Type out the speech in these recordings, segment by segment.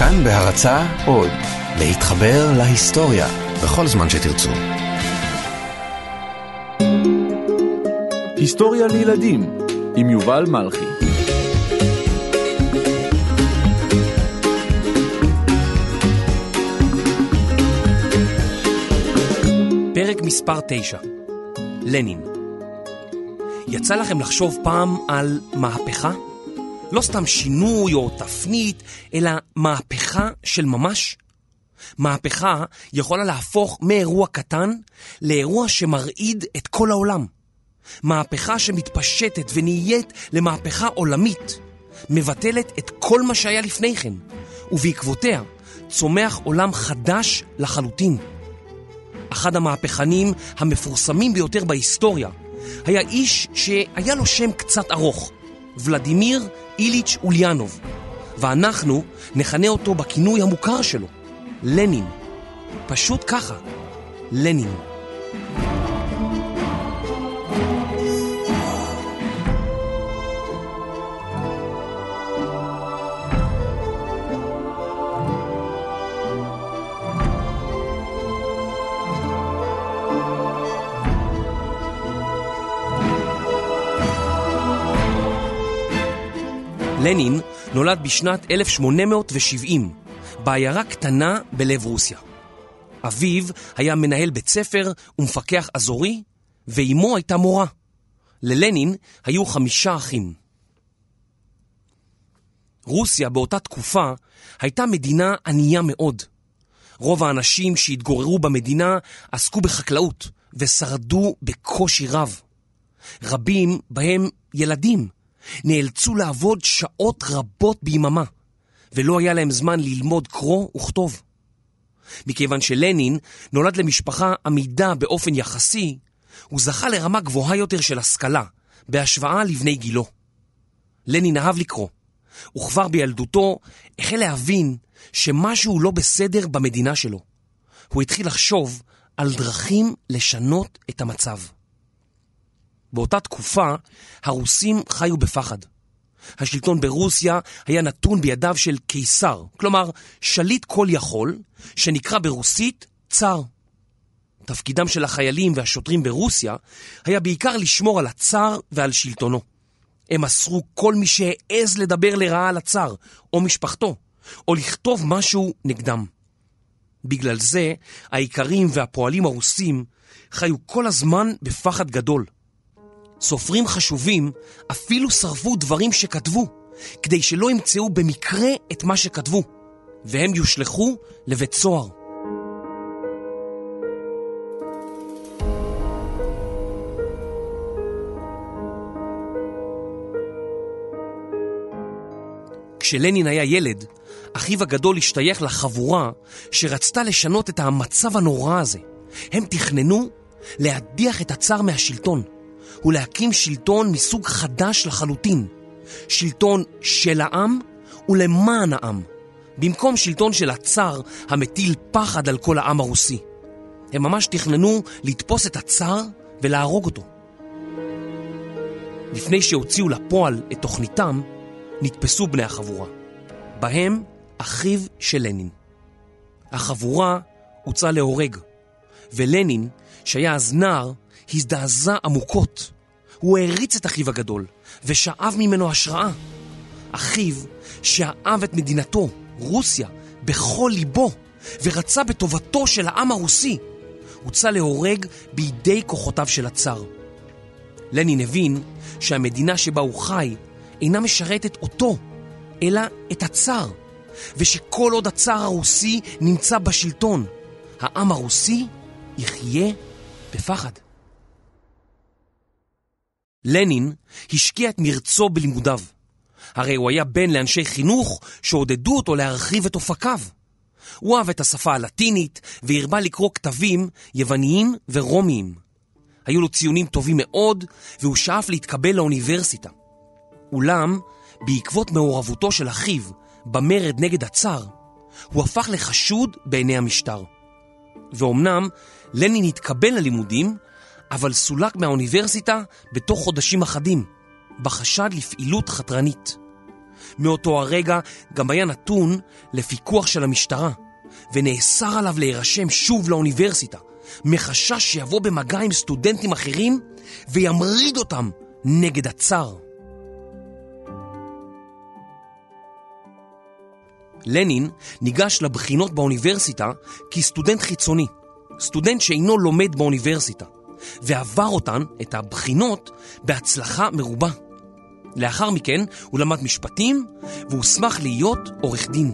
כאן בהרצאה עוד, להתחבר להיסטוריה בכל זמן שתרצו. היסטוריה לילדים עם יובל מלכי. פרק מספר 9. לנין. יצא לכם לחשוב פעם על מהפכה? לא סתם שינוי או תפנית, אלא מהפכה של ממש? מהפכה יכולה להפוך מאירוע קטן לאירוע שמרעיד את כל העולם. מהפכה שמתפשטת ונהיית למהפכה עולמית, מבטלת את כל מה שהיה לפני כן, ובעקבותיה צומח עולם חדש לחלוטין. אחד המהפכנים המפורסמים ביותר בהיסטוריה היה איש שהיה לו שם קצת ארוך, ולדימיר איליץ' אוליאנוב, ואנחנו נכנה אותו בכינוי המוכר שלו, לנין. פשוט ככה, לנין. לנין נולד בשנת 1870 בעיירה קטנה בלב רוסיה. אביו היה מנהל בית ספר ומפקח אזורי, ואימו הייתה מורה. ללנין היו 5 אחים. רוסיה באותה תקופה הייתה מדינה ענייה מאוד. רוב האנשים שהתגוררו במדינה עסקו בחקלאות ושרדו בקושי רב. רבים בהם ילדים נאלצו לעבוד שעות רבות ביממה, ולא היה להם זמן ללמוד קרוא וכתוב. מכיוון שלנין נולד למשפחה עמידה באופן יחסי, הוא זכה לרמה גבוהה יותר של השכלה, בהשוואה לבני גילו. לנין אהב לקרוא, וכבר בילדותו החל להבין שמשהו לא בסדר במדינה שלו. הוא התחיל לחשוב על דרכים לשנות את המצב. באותה תקופה הרוסים חיו בפחד. השלטון ברוסיה היה נתון בידיו של קיסר, כלומר שליט כל יכול, שנקרא ברוסית צאר. תפקידם של החיילים והשוטרים ברוסיה היה בעיקר לשמור על הצאר ועל שלטונו. הם אסרו כל מי שהעז לדבר לרעה על הצאר או משפחתו, או לכתוב משהו נגדם. בגלל זה האיכרים והפועלים הרוסים חיו כל הזמן בפחד גדול. סופרים חשובים אפילו שרפו דברים שכתבו, כדי שלא ימצאו במקרה את מה שכתבו, והם יושלחו לבית סוהר. כשלנין היה ילד, אחיו הגדול השתייך לחבורה שרצתה לשנות את המצב הנורא הזה. הם תכננו להדיח את הצאר מהשלטון, ולהקים שלטון מסוג חדש לחלוטין, שלטון של העם ולמען העם, במקום שלטון של הצאר המטיל פחד על כל העם הרוסי. הם ממש תכננו לתפוס את הצאר ולהרוג אותו. לפני שהוציאו לפועל את תוכניתם, נתפסו בני החבורה, בהם אחיו של לנין. החבורה הוצאה להורג, ולנין, שהיה אז נער, הזדעזע עמוקות. הוא העריץ את אחיו הגדול ושאב ממנו השראה. אחיו שאהב את מדינתו, רוסיה, בכל ליבו, ורצה בטובתו של העם הרוסי, הוצא להורג בידי כוחותיו של הצאר. לנין הבין שהמדינה שבה הוא חי אינה משרתת אותו, אלא את הצאר, ושכל עוד הצאר הרוסי נמצא בשלטון, העם הרוסי יחיה בפחד. לנין השקיע את מרצו בלימודיו. הרי הוא היה בן לאנשי חינוך שעודדו אותו להרחיב את אופקיו. הוא אהב את השפה הלטינית והרבה לקרוא כתבים יווניים ורומיים. היו לו ציונים טובים מאוד, והוא שאף להתקבל לאוניברסיטה. אולם, בעקבות מעורבותו של אחיו במרד נגד הצאר, הוא הפך לחשוד בעיני המשטר. ואומנם לנין התקבל ללימודים, אבל סולק מהאוניברסיטה בתוך חודשים אחדים, בחשד לפעילות חתרנית. מאותו הרגע גם היה נתון לפיקוח של המשטרה, ונאסר עליו להירשם שוב לאוניברסיטה, מחשש שיבוא במגע עם סטודנטים אחרים וימריד אותם נגד הצאר. לנין ניגש לבחינות באוניברסיטה כסטודנט חיצוני, סטודנט שאינו לומד באוניברסיטה, ועבר אותן, את הבחינות, בהצלחה מרובה. לאחר מכן הוא למד משפטים והוסמך להיות עורך דין.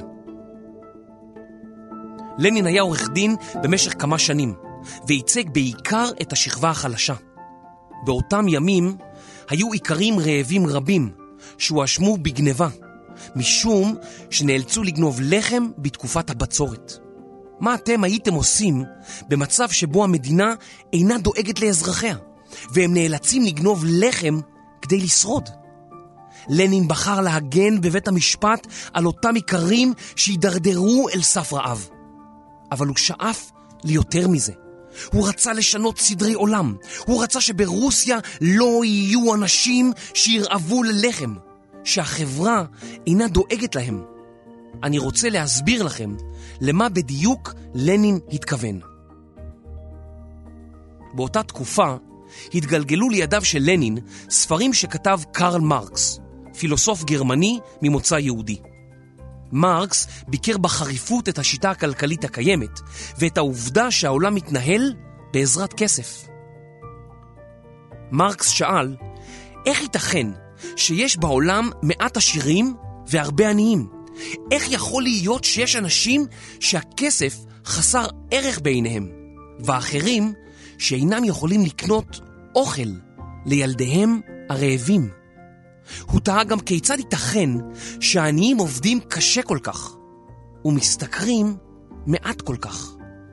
לנין היה עורך דין במשך כמה שנים, וייצג בעיקר את השכבה החלשה. באותם ימים היו איכרים רעבים רבים שהואשמו בגנבה, משום שנאלצו לגנוב לחם בתקופת הבצורת. מה אתם הייתם עושים במצב שבו המדינה אינה דואגת לאזרחיה, והם נאלצים לגנוב לחם כדי לשרוד? לנין בחר להגן בבית המשפט על אותם איכרים שהידרדרו אל סף רעב. אבל הוא שאף ליותר מזה. הוא רצה לשנות סדרי עולם. הוא רצה שברוסיה לא יהיו אנשים שירעבו ללחם, שהחברה אינה דואגת להם. אני רוצה להסביר לכם למה בדיוק לנין התכוון. באותה תקופה התגלגלו לידיו של לנין ספרים שכתב קרל מרקס, פילוסוף גרמני ממוצא יהודי. מרקס ביקר בחריפות את השיטה הכלכלית הקיימת ואת העובדה שהעולם מתנהל בעזרת כסף. מרקס שאל, איך ייתכן שיש בעולם מעט עשירים והרבה עניים? איך יכול להיות שיש אנשים שהכסף חסר ערך בעיניהם, ואחרים שאינם יכולים לקנות אוכל לילדיהם הרעבים? הוא תהה גם כיצד ייתכן שהעניים עובדים קשה כל כך ומשתכרים מעט כל כך.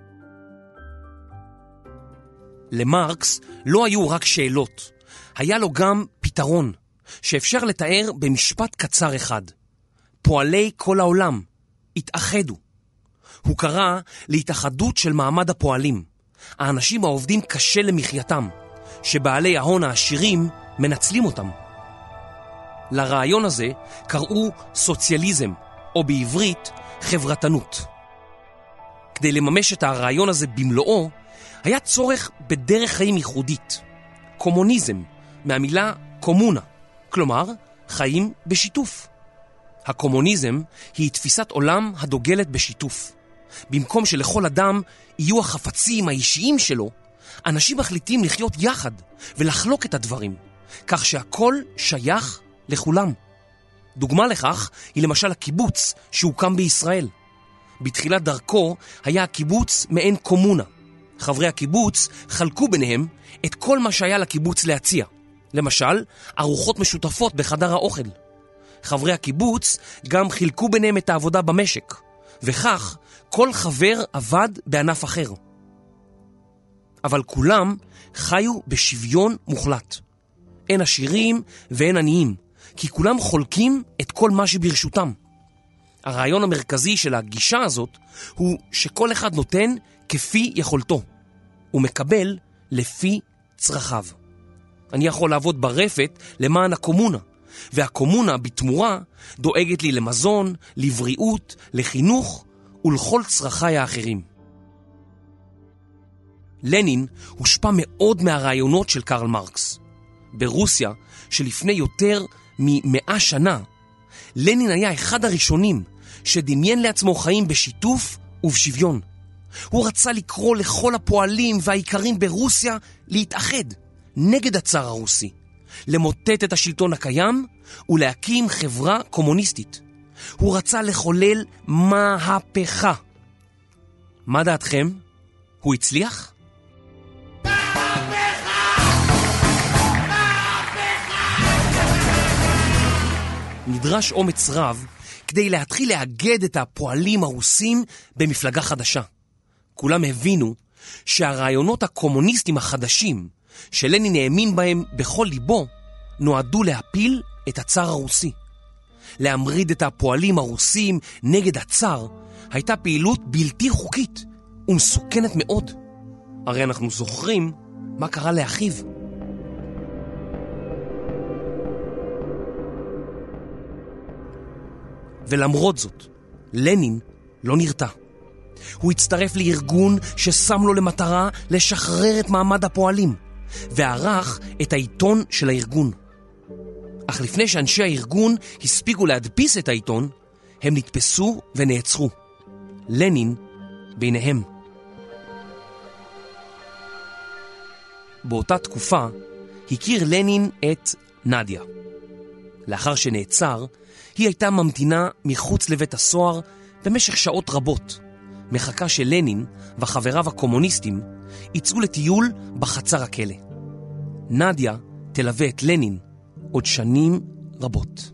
למרקס לא היו רק שאלות, היה לו גם פתרון שאפשר לתאר במשפט קצר אחד. פועלי כל העולם התאחדו. הוא קרא להתאחדות של מעמד הפועלים, האנשים העובדים קשה למחייתם, שבעלי ההון העשירים מנצלים אותם. לרעיון הזה קראו סוציאליזם, או בעברית חברתנות. כדי לממש את הרעיון הזה במלואו, היה צורך בדרך חיים ייחודית. קומוניזם, מהמילה קומונה, כלומר חיים בשיתוף. הקומוניזם היא תפיסת עולם הדוגלת בשיתוף. במקום שלכל אדם יהיו החפצים האישיים שלו, אנשים מחליטים לחיות יחד ולחלוק את הדברים, כך שהכל שייך לכולם. דוגמה לכך היא למשל הקיבוץ שהוקם בישראל. בתחילת דרכו היה הקיבוץ מעין קומונה. חברי הקיבוץ חלקו ביניהם את כל מה שהיה לקיבוץ להציע. למשל, ארוחות משותפות בחדר האוכל. חברי הקיבוץ גם חילקו ביניהם את העבודה במשק, וכך כל חבר עבד בענף אחר. אבל כולם חיו בשוויון מוחלט. אין עשירים ואין עניים, כי כולם חולקים את כל מה שברשותם. הרעיון המרכזי של הגישה הזאת הוא שכל אחד נותן כפי יכולתו, ומקבל לפי צרכיו. אני יכול לעבוד ברפת למען הקומונה, והקומונה בתמורה דואגת לי למזון, לבריאות, לחינוך ולכל צרכיי האחרים. לנין הושפע מאוד מהרעיונות של קרל מרקס. ברוסיה שלפני יותר מ100 שנה, לנין היה אחד הראשונים שדמיין לעצמו חיים בשיתוף ובשוויון. הוא רצה לקרוא לכל הפועלים והאיכרים ברוסיה להתאחד נגד הצאר הרוסי, למוטט את השלטון הקיים ולהקים חברה קומוניסטית. הוא רצה לחולל מהפכה. מה דעתכם? הוא הצליח? נדרש אומץ רב כדי להתחיל לאגד את הפועלים הרוסים במפלגה חדשה. כולם הבינו שהרעיונות הקומוניסטיים החדשים שלנין האמין בהם בכל ליבו נועדו להפיל את הצאר הרוסי. להמריד את הפועלים הרוסים נגד הצאר הייתה פעילות בלתי חוקית ומסוכנת מאוד. הרי אנחנו זוכרים מה קרה לאחיו. ולמרות זאת, לנין לא נרתע. הוא הצטרף לארגון ששם לו למטרה לשחרר את מעמד הפועלים, וערך את העיתון של הארגון. אך לפני שאנשי הארגון הספיקו להדפיס את העיתון, הם נתפסו ונעצרו. לנין ביניהם. באותה תקופה הכיר לנין את נדיה. לאחר שנעצר, היא הייתה ממתינה מחוץ לבית הסוהר במשך שעות רבות, מחכה שלנין וחבריו הקומוניסטים יצאו לטיול בחצר הכלא. נדיה תלווה את לנין עוד שנים רבות.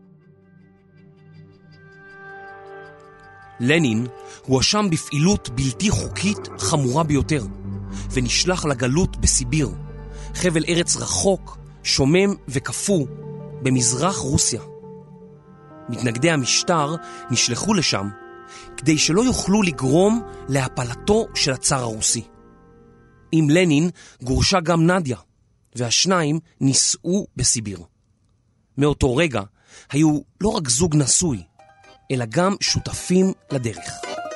לנין הואשם בפעילות בלתי חוקית חמורה ביותר, ונשלח לגלות בסיביר, חבל ארץ רחוק, שומם וקפוא במזרח רוסיה. מתנגדי המשטר נשלחו לשם כדי שלא יוכלו לגרום להפלתו של הצאר הרוסי. עם לנין גורשה גם נדיה, והשניים נישאו בסיביר. מאותו רגע היו לא רק זוג נשוי, אלא גם שותפים לדרך.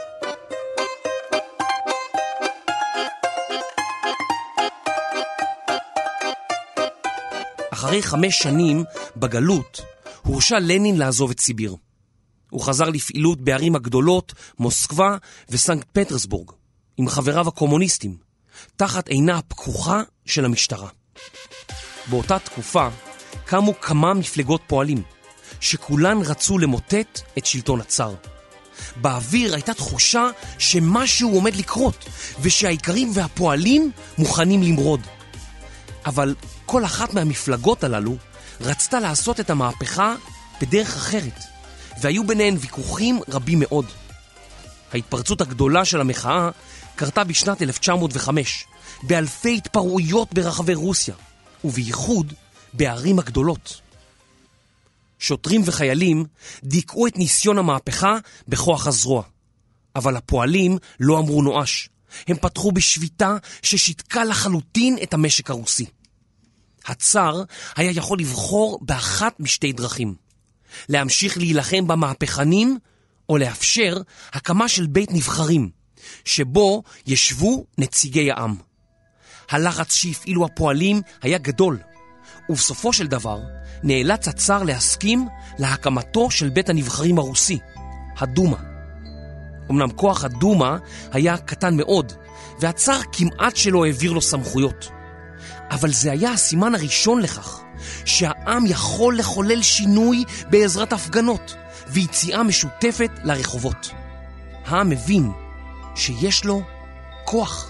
אחרי 5 שנים בגלות הורשה לנין לעזוב את סיביר. הוא חזר לפעילות בערים הגדולות, מוסקבה וסנקט פטרסבורג, עם חבריו הקומוניסטים, תחת עינה הפקוחה של המשטרה. באותה תקופה קמו כמה מפלגות פועלים, שכולן רצו למוטט את שלטון הצאר. באוויר הייתה תחושה שמשהו עומד לקרות, ושהעיקרים והפועלים מוכנים למרוד. אבל כל אחת מהמפלגות הללו רצתה לעשות את המהפכה בדרך אחרת, והיו ביניהן ויכוחים רבים מאוד. ההתפרצות הגדולה של המחאה קרתה בשנת 1905, באלפי התפרעויות ברחבי רוסיה, ובייחוד בערים הגדולות. שוטרים וחיילים דיכאו את ניסיון המהפכה בכוח הזרוע, אבל הפועלים לא אמרו נואש. הם פתחו בשביתה ששיתקה לחלוטין את המשק הרוסי. הצאר היה יכול לבחור באחת משתי דרכים: להמשיך להילחם במהפכנים, או לאפשר הקמה של בית נבחרים, שבו ישבו נציגי העם. הלחץ שהפעילו הפועלים היה גדול, ובסופו של דבר נאלץ הצאר להסכים להקמתו של בית הנבחרים הרוסי, הדומה. אמנם כוח הדומה היה קטן מאוד, והצאר כמעט שלא העביר לו סמכויות. אבל זה היה הסימן הראשון לכך שהעם יכול לחולל שינוי בעזרת הפגנות ויציאה משותפת לרחובות. העם מבין שיש לו כוח.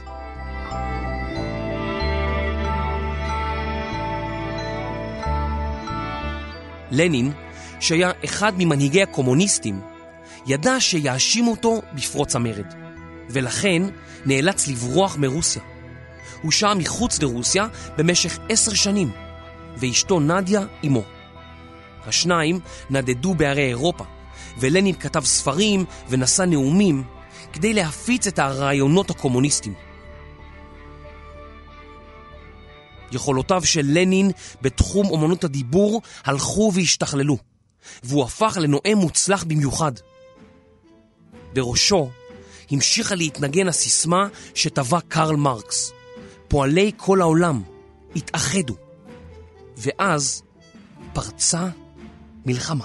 לנין, שהיה אחד ממנהיגי הקומוניסטים, ידע שיאשימו אותו בפרוץ המרד, ולכן נאלץ לברוח מרוסיה. הוא שהה מחוץ לרוסיה במשך 10 שנים, ואשתו נדיה עמו. השניים נדדו בערי אירופה, ולנין כתב ספרים ונשא נאומים כדי להפיץ את הרעיונות הקומוניסטיים. יכולותיו של לנין בתחום אומנות הדיבור הלכו והשתכללו, והוא הפך לנואם מוצלח במיוחד. בראשו המשיכה להתנגן הסיסמה שטבע קרל מרקס: פועלי כל העולם התאחדו. ואז פרצה מלחמה.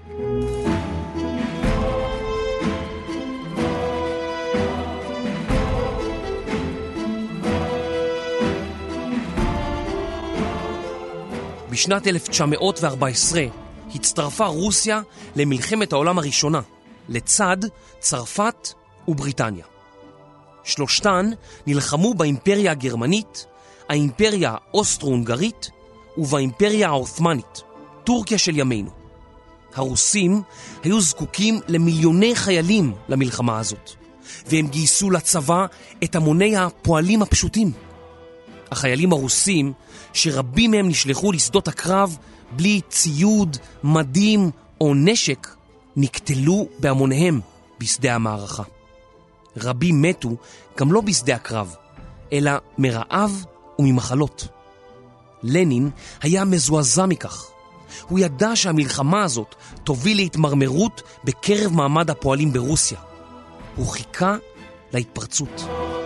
בשנת 1914 הצטרפה רוסיה למלחמת העולם הראשונה, לצד צרפת ובריטניה. שלושתן נלחמו באימפריה הגרמנית, האימפריה האוסטרו-הונגרית ובאימפריה העות'מאנית, טורקיה של ימינו. הרוסים היו זקוקים למיליוני חיילים למלחמה הזאת, והם גייסו לצבא את המוני הפועלים הפשוטים. החיילים הרוסים, שרבים מהם נשלחו לשדות הקרב בלי ציוד, מדים או נשק, נקטלו בהמוניהם בשדה המערכה. רבים מתו גם לא בשדה הקרב, אלא מרעב וממחלות. לנין היה מזועזע מכך, הוא ידע שהמלחמה הזאת תוביל להתמרמרות בקרב מעמד הפועלים ברוסיה. הוא חיכה להתפרצות.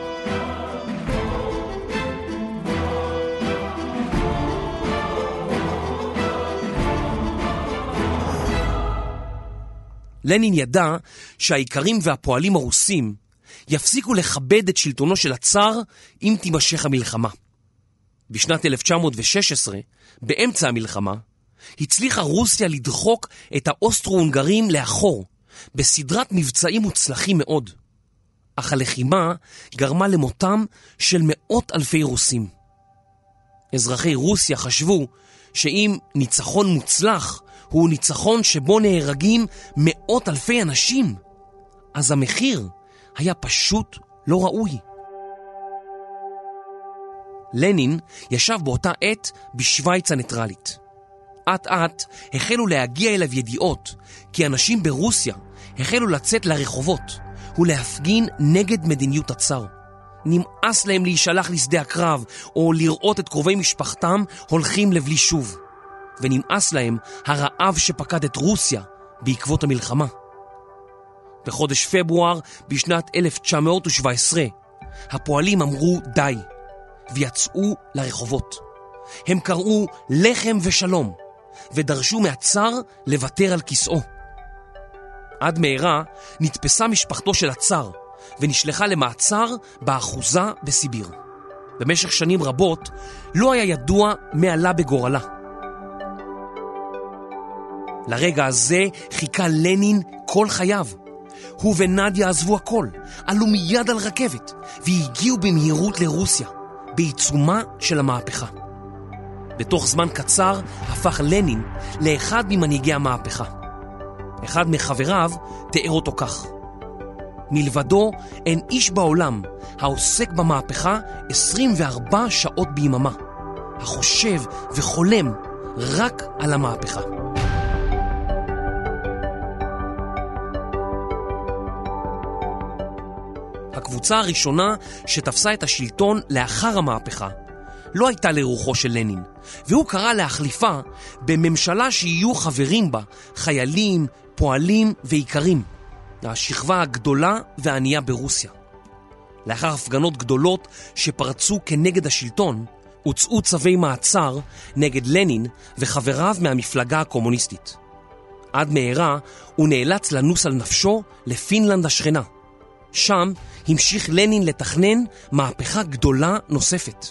לנין ידע שהאיכרים והפועלים הרוסים יפסיקו לכבד את שלטונו של הצאר אם תימשך המלחמה. בשנת 1916, באמצע המלחמה, הצליחה רוסיה לדחוק את האוסטרו-הונגרים לאחור, בסדרת מבצעים מוצלחים מאוד. אך הלחימה גרמה למותם של מאות אלפי רוסים. אזרחי רוסיה חשבו שאם ניצחון מוצלח הוא ניצחון שבו נהרגים מאות אלפי אנשים, אז המחיר היה פשוט לא ראוי. לנין ישב באותה עת בשוויץ הניטרלית. עט עט החלו להגיע אליו ידיעות כי אנשים ברוסיה החלו לצאת לרחובות ולהפגין נגד מדיניות הצאר. נמאס להם להישלח לשדה הקרב או לראות את קרובי משפחתם הולכים לבלי שוב. ונמאס להם הרעב שפקד את רוסיה בעקבות המלחמה. בחודש פברואר בשנת 1917 הפועלים אמרו די ויצאו לרחובות. הם קראו לחם ושלום ודרשו מהצאר לוותר על כיסאו. עד מהרה נתפסה משפחתו של הצאר ונשלחה למעצר באחוזה בסיביר. במשך שנים רבות לא היה ידוע מה עלה בגורלה. לרגע הזה חיכה לנין כל חייו. הוא ונדיה עזבו הכל, עלו מיד על רכבת והגיעו במהירות לרוסיה, בעיצומה של המהפכה. בתוך זמן קצר הפך לנין לאחד ממנהיגי המהפכה. אחד מחבריו תיאר אותו כך: מלבדו אין איש בעולם העוסק במהפכה 24 שעות ביממה, החושב וחולם רק על המהפכה. הקבוצה הראשונה שתפסה את השלטון לאחר המהפכה לא הייתה לרוחו של לנין, והוא קרא להחליפה בממשלה שיהיו חברים בה חיילים, פועלים ואיכרים, השכבה הגדולה והענייה ברוסיה. לאחר הפגנות גדולות שפרצו כנגד השלטון, הוצאו צווי מעצר נגד לנין וחבריו מהמפלגה הקומוניסטית. עד מהרה הוא נאלץ לנוס על נפשו לפינלנד השכנה. שם המשיך לנין לתכנן מהפכה גדולה נוספת.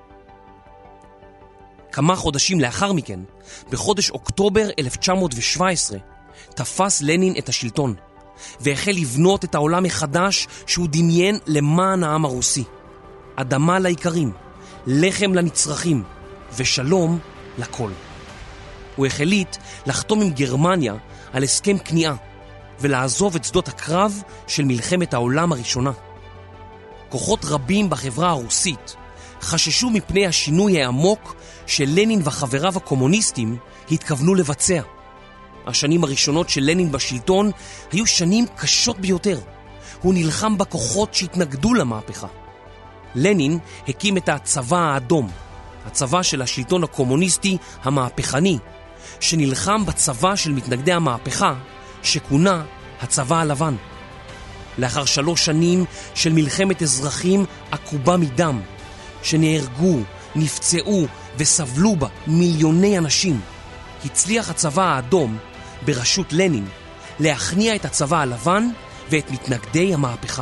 כמה חודשים לאחר מכן, בחודש אוקטובר 1917, תפס לנין את השלטון, והחל לבנות את העולם מחדש שהוא דמיין למען העם הרוסי. אדמה לאיכרים, לחם לנצרכים, ושלום לכל. הוא החליט לחתום עם גרמניה על הסכם כניעה, ולעזוב את שדות הקרב של מלחמת העולם הראשונה. כוחות רבים בחברה הרוסית חששו מפני השינוי העמוק שלנין וחבריו הקומוניסטים התכוונו לבצע. השנים הראשונות של לנין בשלטון היו שנים קשות ביותר. הוא נלחם בכוחות שהתנגדו למהפכה. לנין הקים את הצבא האדום, הצבא של השלטון הקומוניסטי המהפכני, שנלחם בצבא של מתנגדי המהפכה, שכונה הצבא הלבן. לאחר 3 שנים של מלחמת אזרחים עקובה מדם, שנהרגו, נפצעו וסבלו בה מיליוני אנשים, הצליח הצבא האדום בראשות לנין להכניע את הצבא הלבן ואת מתנגדי המהפכה.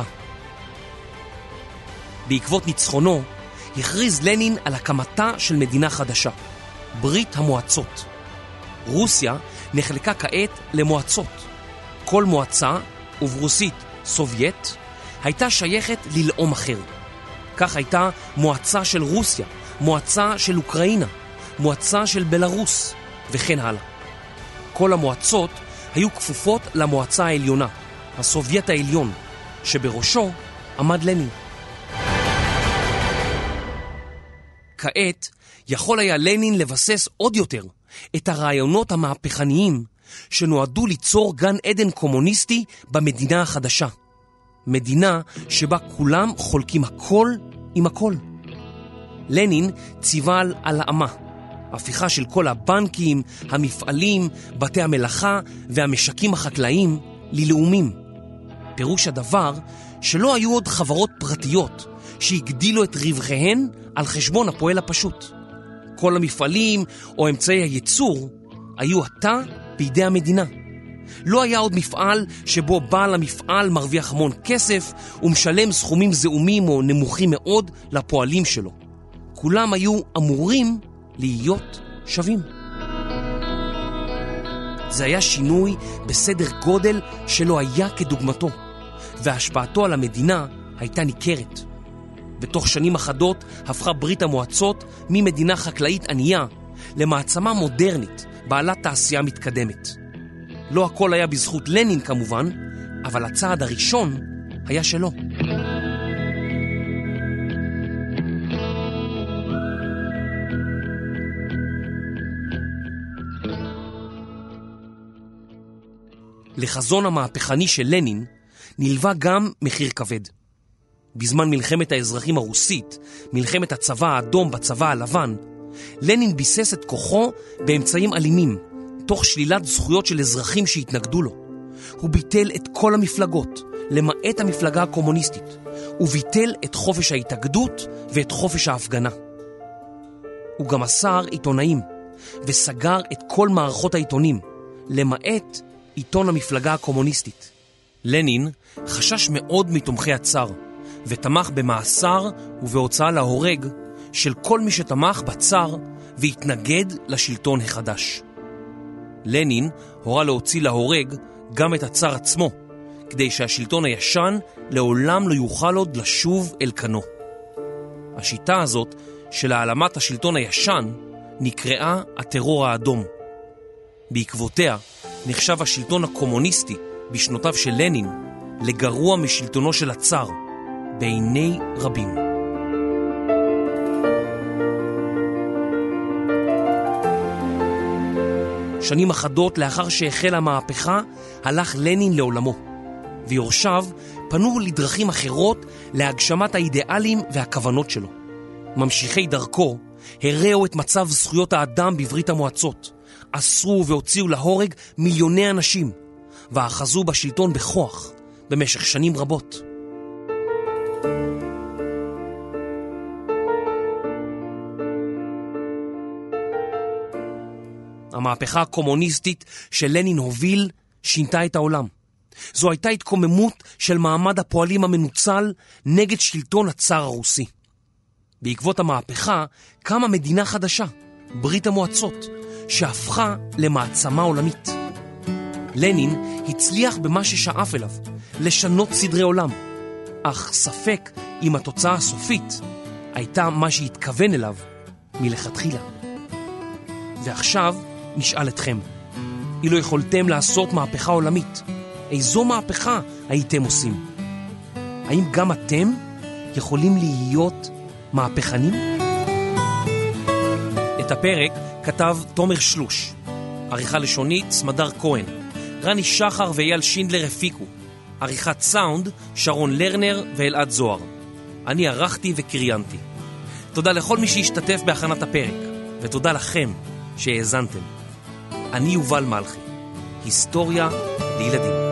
בעקבות ניצחונו הכריז לנין על הקמתה של מדינה חדשה, ברית המועצות. רוסיה נחלקה כעת למועצות. כל מועצה, וברוסית סובייט, הייתה שייכת ללאום אחר. כך הייתה מועצה של רוסיה, מועצה של אוקראינה, מועצה של בלרוס, וכן הלאה. כל המועצות היו כפופות למועצה העליונה, הסובייט העליון, שבראשו עמד לנין. כעת יכול היה לנין לבסס עוד יותר את הרעיונות המהפכניים שנועדו ליצור גן עדן קומוניסטי במדינה החדשה. מדינה שבה כולם חולקים הכל עם הכל. לנין ציווה על הלאמה, הפיכה של כל הבנקים, המפעלים, בתי המלאכה והמשקים החקלאיים ללאומים. פירוש הדבר שלא היו עוד חברות פרטיות שהגדילו את רווחיהן על חשבון הפועל הפשוט. כל המפעלים או אמצעי הייצור היו עתה בידי המדינה. לא היה עוד מפעל שבו בעל המפעל מרוויח המון כסף ומשלם סכומים זעומים או נמוכים מאוד לפועלים שלו. כולם היו אמורים להיות שווים. זה היה שינוי בסדר גודל שלא היה כדוגמתו, והשפעתו על המדינה הייתה ניכרת. בתוך שנים אחדות הפכה ברית המועצות ממדינה חקלאית ענייה למעצמה מודרנית בעלת תעשייה מתקדמת. לא הכל היה בזכות לנין כמובן, אבל הצעד הראשון היה שלו. לחזון המהפכני של לנין נלווה גם מחיר כבד. בזמן מלחמת האזרחים הרוסית, מלחמת הצבא האדום בצבא הלבן, לנין ביסס את כוחו באמצעים אלימים, תוך שלילת זכויות של אזרחים שהתנגדו לו. הוא ביטל את כל המפלגות, למעט המפלגה הקומוניסטית. הוא ביטל את חופש ההתאגדות ואת חופש ההפגנה. הוא גם אסר עיתונאים, וסגר את כל מערכות העיתונים, למעט עיתון המפלגה הקומוניסטית. לנין חשש מאוד מתומכי הצאר, ותמך במאסר ובהוצאה להורג של כל מי שתמך בצאר והתנגד לשלטון החדש. לנין הורה להוציא להורג גם את הצאר עצמו, כדי שהשלטון הישן לעולם לא יוכל עוד לשוב אל כנו. השיטה הזאת של העלמת השלטון הישן נקראה הטרור האדום. בעקבותיה נחשב השלטון הקומוניסטי בשנותיו של לנין לגרוע משלטונו של הצאר בעיני רבים. שנים אחדות לאחר שהחלה המהפכה הלך לנין לעולמו, ויורשיו פנו לדרכים אחרות להגשמת האידיאלים והכוונות שלו. ממשיכי דרכו הראו את מצב זכויות האדם בברית המועצות, אסרו והוציאו להורג מיליוני אנשים, ואחזו בשלטון בכוח במשך שנים רבות. המהפכה הקומוניסטית שלנין הוביל שינתה את העולם. זו הייתה התקוממות של מעמד הפועלים המנוצל נגד שלטון הצאר הרוסי. בעקבות המהפכה קמה מדינה חדשה, ברית המועצות, שהפכה למעצמה עולמית. לנין הצליח במה ששאף אליו, לשנות סדרי עולם, אך ספק אם התוצאה הסופית הייתה מה שהתכוון אליו מלכתחילה. ועכשיו נשאל אתכם, אילו יכולתם לעשות מהפכה עולמית, איזו מהפכה הייתם עושים? האם גם אתם יכולים להיות מהפכנים? את הפרק כתב תומר שלוש, עריכה לשונית סמדר כהן, רני שחר ואייל שינדלר הפיקו, עריכת סאונד שרון לרנר ואלעד זוהר. אני ערכתי וקריינתי. תודה לכל מי שהשתתף בהכנת הפרק, ותודה לכם שהאזנתם. אני יובל מלכי, היסטוריה לילדים.